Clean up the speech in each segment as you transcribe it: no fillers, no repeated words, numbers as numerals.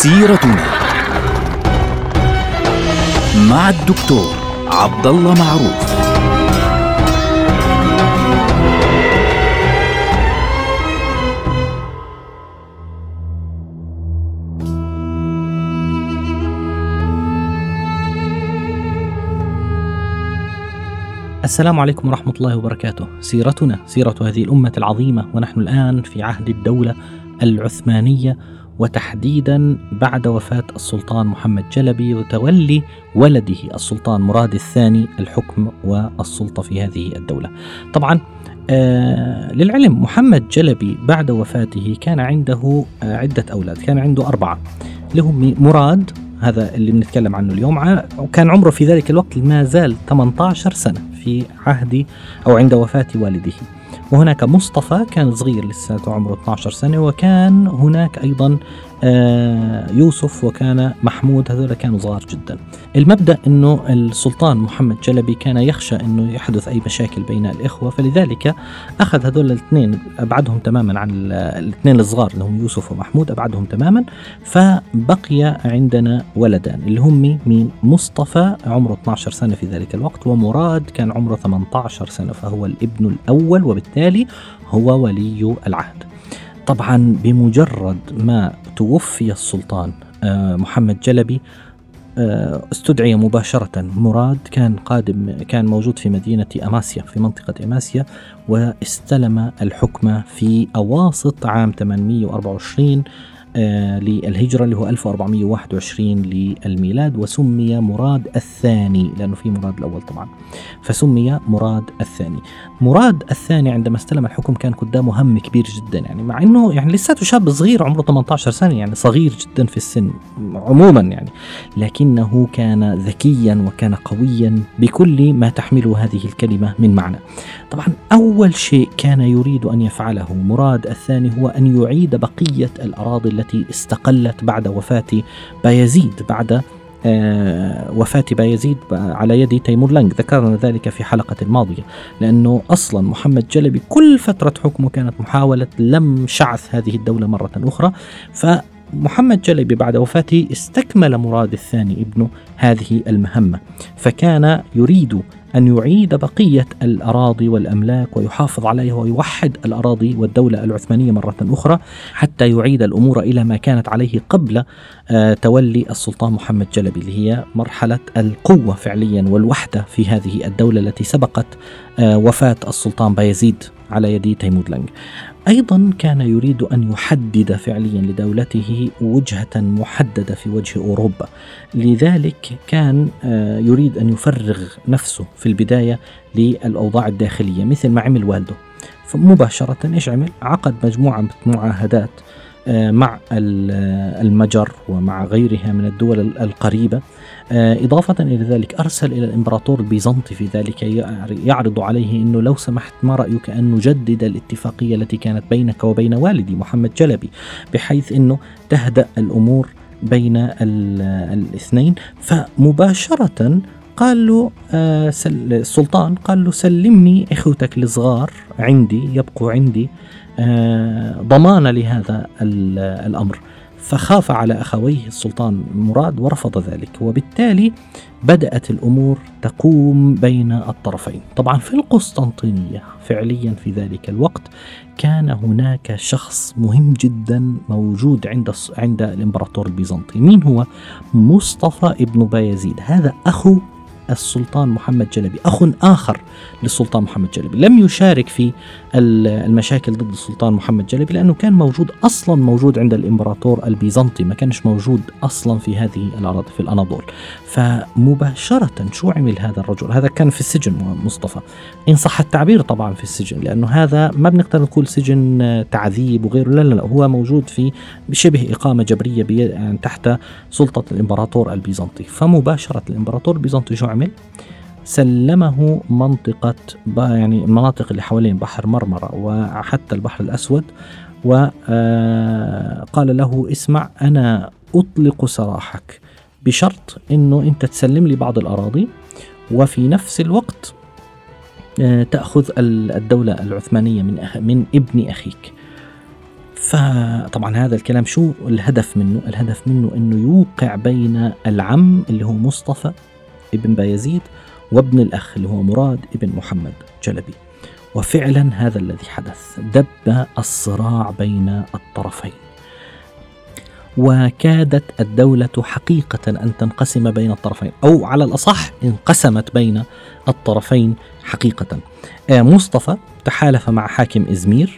سيرتنا مع الدكتور عبد الله معروف. السلام عليكم ورحمة الله وبركاته. سيرتنا سيرة هذه الأمة العظيمة، ونحن الآن في عهد الدولة العثمانية، وتحديدا بعد وفاة السلطان محمد جلبي وتولي ولده السلطان مراد الثاني الحكم والسلطة في هذه الدولة. طبعا للعلم محمد جلبي بعد وفاته كان عنده عدة أولاد، كان عنده 4 لهم مراد، هذا اللي بنتكلم عنه اليوم، وكان عمره في ذلك الوقت ما زال 18 سنة في عهد أو عند وفاة والده. وهناك مصطفى كان صغير لسه عمره 12 سنة، وكان هناك أيضا يوسف وكان محمود، هذول كانوا صغار جدا. المبدأ أنه السلطان محمد جلبي كان يخشى أنه يحدث أي مشاكل بين الإخوة، فلذلك أخذ هذول الاثنين أبعدهم تماما عن الاثنين الصغار اللي هم يوسف ومحمود، أبعدهم تماما، فبقي عندنا ولدان اللي هم مين؟ مصطفى عمره 12 سنة في ذلك الوقت، ومراد كان عمره 18 سنة، فهو الابن الأول وبالتالي هو ولي العهد. طبعا بمجرد ما توفي السلطان محمد جلبي استدعي مباشرة مراد، كان موجود في مدينة أماسيا في منطقة أماسيا، واستلم الحكم في أواسط عام 824 للهجرة اللي هو 1421 للميلاد، وسمي مراد الثاني لأنه في مراد الأول طبعا، فسمي مراد الثاني. مراد الثاني عندما استلم الحكم كان قدامه هم كبير جدا، يعني مع أنه يعني لساته شاب صغير عمره 18 سنة، يعني صغير جدا في السن عموما يعني، لكنه كان ذكيا وكان قويا بكل ما تحمله هذه الكلمة من معنى. طبعا أول شيء كان يريد أن يفعله مراد الثاني هو أن يعيد بقية الأراضي التي استقلت بعد وفاة بايزيد، بعد وفاة بايزيد على يد تيمور لنج، ذكرنا ذلك في حلقة الماضية، لأنه أصلا محمد جلبي كل فترة حكمه كانت محاولة لم شعث هذه الدولة مرة أخرى، فمحمد جلبي بعد وفاته استكمل مراد الثاني ابنه هذه المهمة، فكان يريد أن يعيد بقية الأراضي والأملاك ويحافظ عليها ويوحد الأراضي والدولة العثمانية مرة أخرى، حتى يعيد الأمور إلى ما كانت عليه قبل تولي السلطان محمد جلبي، اللي هي مرحلة القوة فعليا والوحدة في هذه الدولة التي سبقت وفاة السلطان بايزيد على يد تيمور لنج. أيضا كان يريد أن يحدد فعليا لدولته وجهة محددة في وجه أوروبا، لذلك كان يريد أن يفرغ نفسه في البداية للأوضاع الداخلية مثل ما عمل والده. فمباشرة إيش عمل؟ عقد مجموعة معاهدات مع المجر ومع غيرها من الدول القريبة. إضافة إلى ذلك أرسل إلى الإمبراطور البيزنطي في ذلك يعرض عليه أنه لو سمحت ما رأيك أن نجدد الاتفاقية التي كانت بينك وبين والدي محمد جلبي، بحيث أنه تهدأ الأمور بين الاثنين. فمباشرة قال له السلطان قال له سلمني إخوتك الصغار عندي، يبقوا عندي ضمان لهذا الأمر. فخاف على أخويه السلطان مراد ورفض ذلك، وبالتالي بدأت الأمور تقوم بين الطرفين. طبعا في القسطنطينية فعليا في ذلك الوقت كان هناك شخص مهم جدا موجود عند الإمبراطور البيزنطي. مين هو؟ مصطفى ابن بايزيد، هذا أخو السلطان محمد جلبي، أخ آخر للسلطان محمد جلبي، لم يشارك في المشاكل ضد السلطان محمد جلبي لأنه كان موجود عند الإمبراطور البيزنطي، ما كانش موجود أصلا في هذه الأراضي في الأناضول. فمباشرة شو عمل هذا الرجل؟ هذا كان في السجن مصطفى، إن صح التعبير طبعا في السجن، لأنه هذا ما بنقدر نقول سجن تعذيب وغيره، لا هو موجود في شبه إقامة جبرية يعني تحت سلطة الإمبراطور البيزنطي. فمباشرة الإمبراطور البيزنطي شو عمل؟ سلمه منطقة يعني المناطق اللي حوالين بحر مرمرة وحتى البحر الأسود، وقال له اسمع، أنا أطلق سراحك بشرط أنه أنت تسلم لي بعض الأراضي، وفي نفس الوقت تأخذ الدولة العثمانية من ابن أخيك. فطبعا هذا الكلام شو الهدف منه؟ الهدف منه أنه يوقع بين العم اللي هو مصطفى ابن بايزيد وابن الأخ اللي هو مراد ابن محمد جلبي. وفعلا هذا الذي حدث، دب الصراع بين الطرفين، وكادت الدولة حقيقة أن تنقسم بين الطرفين، أو على الأصح انقسمت بين الطرفين حقيقة. مصطفى تحالف مع حاكم إزمير،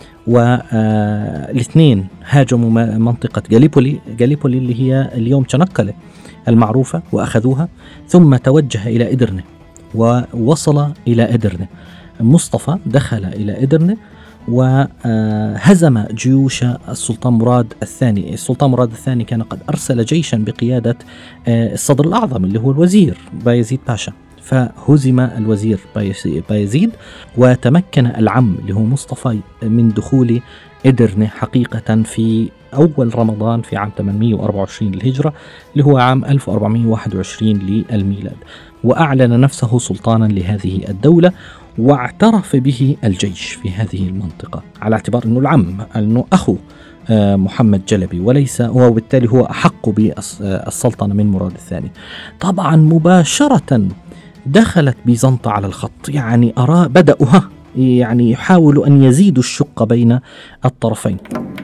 والاثنين هاجموا منطقة غاليبولي اللي هي اليوم تشنقلة المعروفة وأخذوها، ثم توجه إلى إدرنة ووصل إلى إدرنة. مصطفى دخل إلى إدرنة وهزم جيوش السلطان مراد الثاني. السلطان مراد الثاني كان قد أرسل جيشا بقيادة الصدر الأعظم اللي هو الوزير بايزيد باشا، فهزم الوزير بايزيد، وتمكن العم اللي هو مصطفى من دخول إدرنة حقيقة في أول رمضان في عام 824 للهجرة اللي هو عام 1421 للميلاد، وأعلن نفسه سلطانا لهذه الدولة، واعترف به الجيش في هذه المنطقة على اعتبار أنه العم، أنه أخو محمد جلبي وليس هو، وبالتالي هو أحق بالسلطنة من مراد الثاني. طبعا مباشرة دخلت بيزنطة على الخط، يعني بدأوا يعني يحاولوا أن يزيدوا الشق بين الطرفين.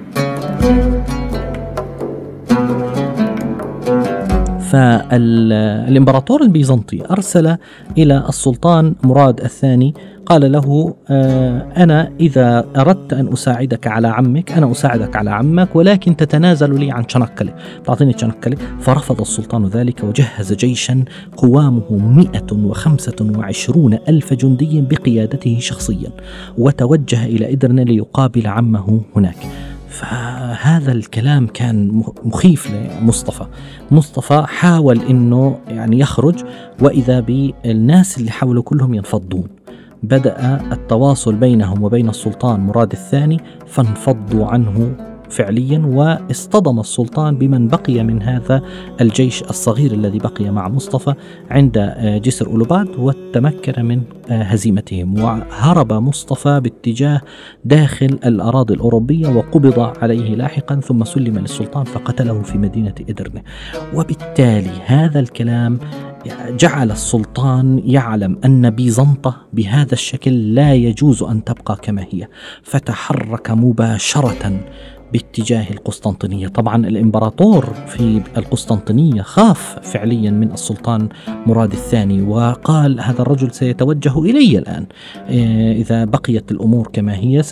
فالإمبراطور البيزنطي أرسل إلى السلطان مراد الثاني، قال له أنا إذا أردت أن أساعدك على عمك أنا أساعدك على عمك، ولكن تتنازل لي عن تشنقلة، تعطيني تشنقلة. فرفض السلطان ذلك، وجهز جيشا قوامه 125 ألف جندي بقيادته شخصيا، وتوجه إلى إدرنة ليقابل عمه هناك. فهذا الكلام كان مخيف لمصطفى. مصطفى حاول إنه يعني يخرج، وإذا بالناس اللي حوله كلهم ينفضون. بدأ التواصل بينهم وبين السلطان مراد الثاني، فانفضوا عنه فعليا، واصطدم السلطان بمن بقي من هذا الجيش الصغير الذي بقي مع مصطفى عند جسر أولوباد، وتمكن من هزيمتهم. وهرب مصطفى باتجاه داخل الأراضي الأوروبية، وقبض عليه لاحقا، ثم سلم للسلطان فقتله في مدينة إدرنة. وبالتالي هذا الكلام جعل السلطان يعلم أن بيزنطة بهذا الشكل لا يجوز أن تبقى كما هي، فتحرك مباشرة باتجاه القسطنطينية. طبعا الإمبراطور في القسطنطينية خاف فعليا من السلطان مراد الثاني، وقال هذا الرجل سيتوجه إلي الآن إذا بقيت الأمور كما هي.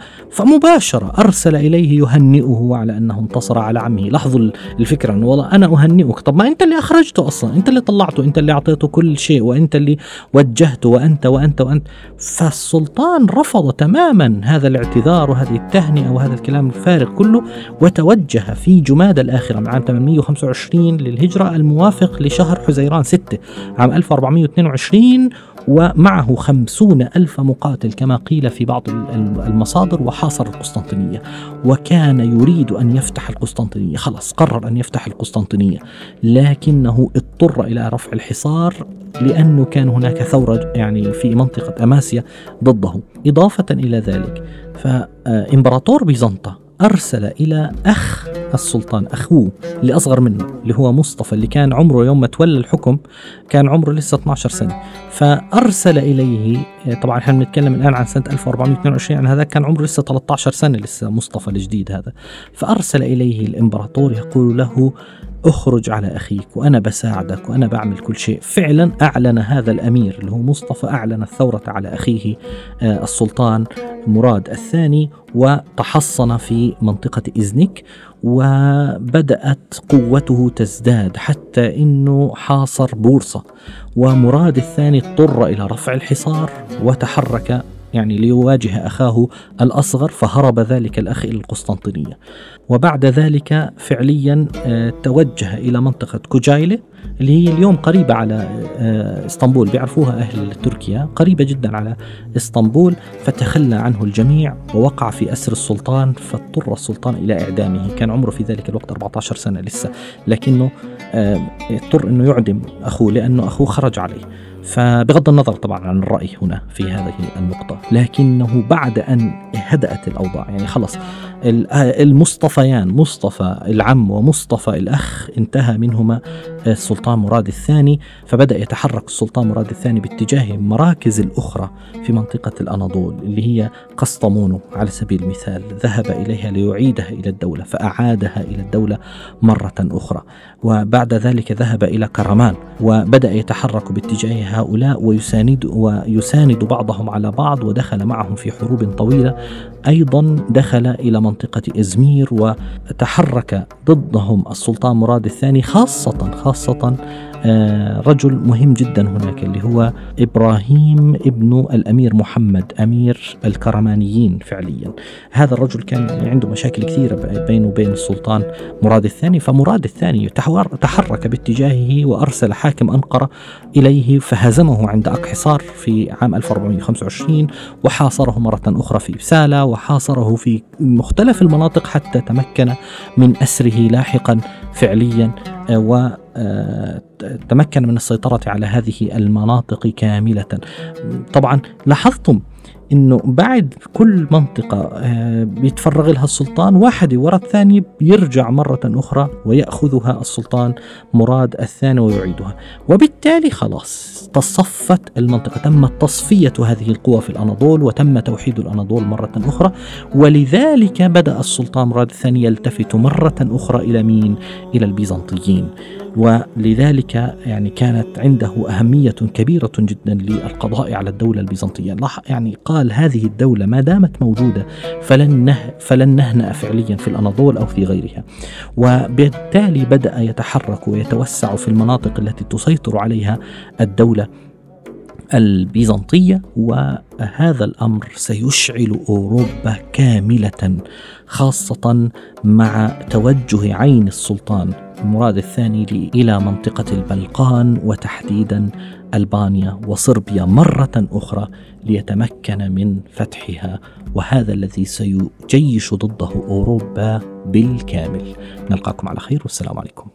فمباشرة أرسل إليه يهنئه على أنه انتصر على عمه. لاحظوا الفكرة، أنه والله أنا أهنئك، طب ما أنت اللي أخرجته أصلا، أنت اللي طلعته، أنت اللي أعطيته كل شيء، وأنت اللي وجهته، وأنت وأنت وأنت. فالسلطان رفض تماما هذا الاعتذار وهذه التهنئة وهذا الكلام الفارغ كله، وتوجه في جمادى الآخرة من عام 825 للهجرة الموافق لشهر حزيران 6 عام 1422، ومعه 50 ألف مقاتل كما قيل في بعض المصادر، وحاصر القسطنطينية. وكان يريد أن يفتح القسطنطينية، خلاص قرر أن يفتح القسطنطينية، لكنه اضطر إلى رفع الحصار لأنه كان هناك ثورة يعني في منطقة أماسيا ضده. إضافة إلى ذلك فإمبراطور بيزنطة أرسل إلى أخ السلطان، أخوه اللي أصغر منه اللي هو مصطفى، اللي كان عمره يوم ما تولى الحكم كان عمره لسه 12 سنة، فأرسل إليه. طبعا احنا بنتكلم الآن عن سنة 1422، يعني هذا كان عمره لسه 13 سنة، لسه مصطفى الجديد هذا. فأرسل إليه الإمبراطور يقول له اخرج على أخيك وأنا بساعدك وأنا بعمل كل شيء. فعلا أعلن هذا الأمير اللي هو مصطفى، أعلن الثورة على أخيه السلطان مراد الثاني، وتحصن في منطقة إزنيك، وبدأت قوته تزداد حتى إنه حاصر بورصة. ومراد الثاني اضطر إلى رفع الحصار وتحرك يعني ليواجه أخاه الأصغر، فهرب ذلك الأخ إلى القسطنطينية. وبعد ذلك فعليا توجه إلى منطقة كوجايلة اللي هي اليوم قريبة على اسطنبول، بيعرفوها أهل تركيا، قريبة جدا على اسطنبول. فتخلى عنه الجميع ووقع في أسر السلطان، فاضطر السلطان إلى إعدامه. كان عمره في ذلك الوقت 14 سنة لسه، لكنه اضطر أنه يعدم أخوه لأنه أخوه خرج عليه. فبغض النظر طبعا عن الرأي هنا في هذه النقطة، لكنه بعد أن هدأت الأوضاع، يعني خلص المصطفيان، مصطفى العم ومصطفى الأخ، انتهى منهما السلطان مراد الثاني، فبدأ يتحرك السلطان مراد الثاني باتجاه مراكز الأخرى في منطقة الأناضول اللي هي قسطمونو على سبيل المثال. ذهب إليها ليعيدها إلى الدولة، فأعادها إلى الدولة مرة أخرى. وبعد ذلك ذهب إلى كرمان وبدأ يتحرك باتجاه هؤلاء ويساند بعضهم على بعض، ودخل معهم في حروب طويلة. أيضا دخل إلى منطقة إزمير وتحرك ضدهم السلطان مراد الثاني، خاصة رجل مهم جدا هناك اللي هو إبراهيم ابن الأمير محمد أمير الكرمانيين. فعليا هذا الرجل كان عنده مشاكل كثيرة بينه وبين السلطان مراد الثاني، فمراد الثاني تحرك باتجاهه وأرسل حاكم أنقرة إليه، فهزمه عند أقحصار في عام 1425، وحاصره مرة أخرى في بسالة، وحاصره في مختلف المناطق حتى تمكن من أسره لاحقا فعليا، وتمكن من السيطرة على هذه المناطق كاملة. طبعا لاحظتم إنه بعد كل منطقة بيتفرغ لها السلطان، واحد ورا الثاني بيرجع مرة أخرى ويأخذها السلطان مراد الثاني ويعيدها، وبالتالي خلاص تصفت المنطقة، تم تصفية هذه القوى في الأناضول وتم توحيد الأناضول مرة أخرى. ولذلك بدأ السلطان مراد الثاني يلتفت مرة أخرى إلى مين؟ إلى البيزنطيين. ولذلك يعني كانت عنده أهمية كبيرة جدا للقضاء على الدولة البيزنطية. يعني قال هذه الدولة ما دامت موجودة فلن نهنأ فعليا في الأناضول أو في غيرها. وبالتالي بدأ يتحرك ويتوسع في المناطق التي تسيطر عليها الدولة البيزنطية، وهذا الأمر سيشعل أوروبا كاملة، خاصة مع توجه عين السلطان مراد الثاني إلى منطقة البلقان وتحديدا ألبانيا وصربيا مرة أخرى ليتمكن من فتحها، وهذا الذي سيجيش ضده أوروبا بالكامل. نلقاكم على خير والسلام عليكم.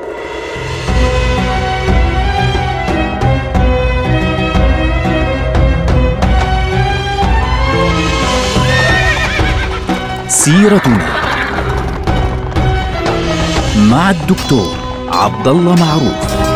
سيرتنا مع الدكتور عبد الله معروف.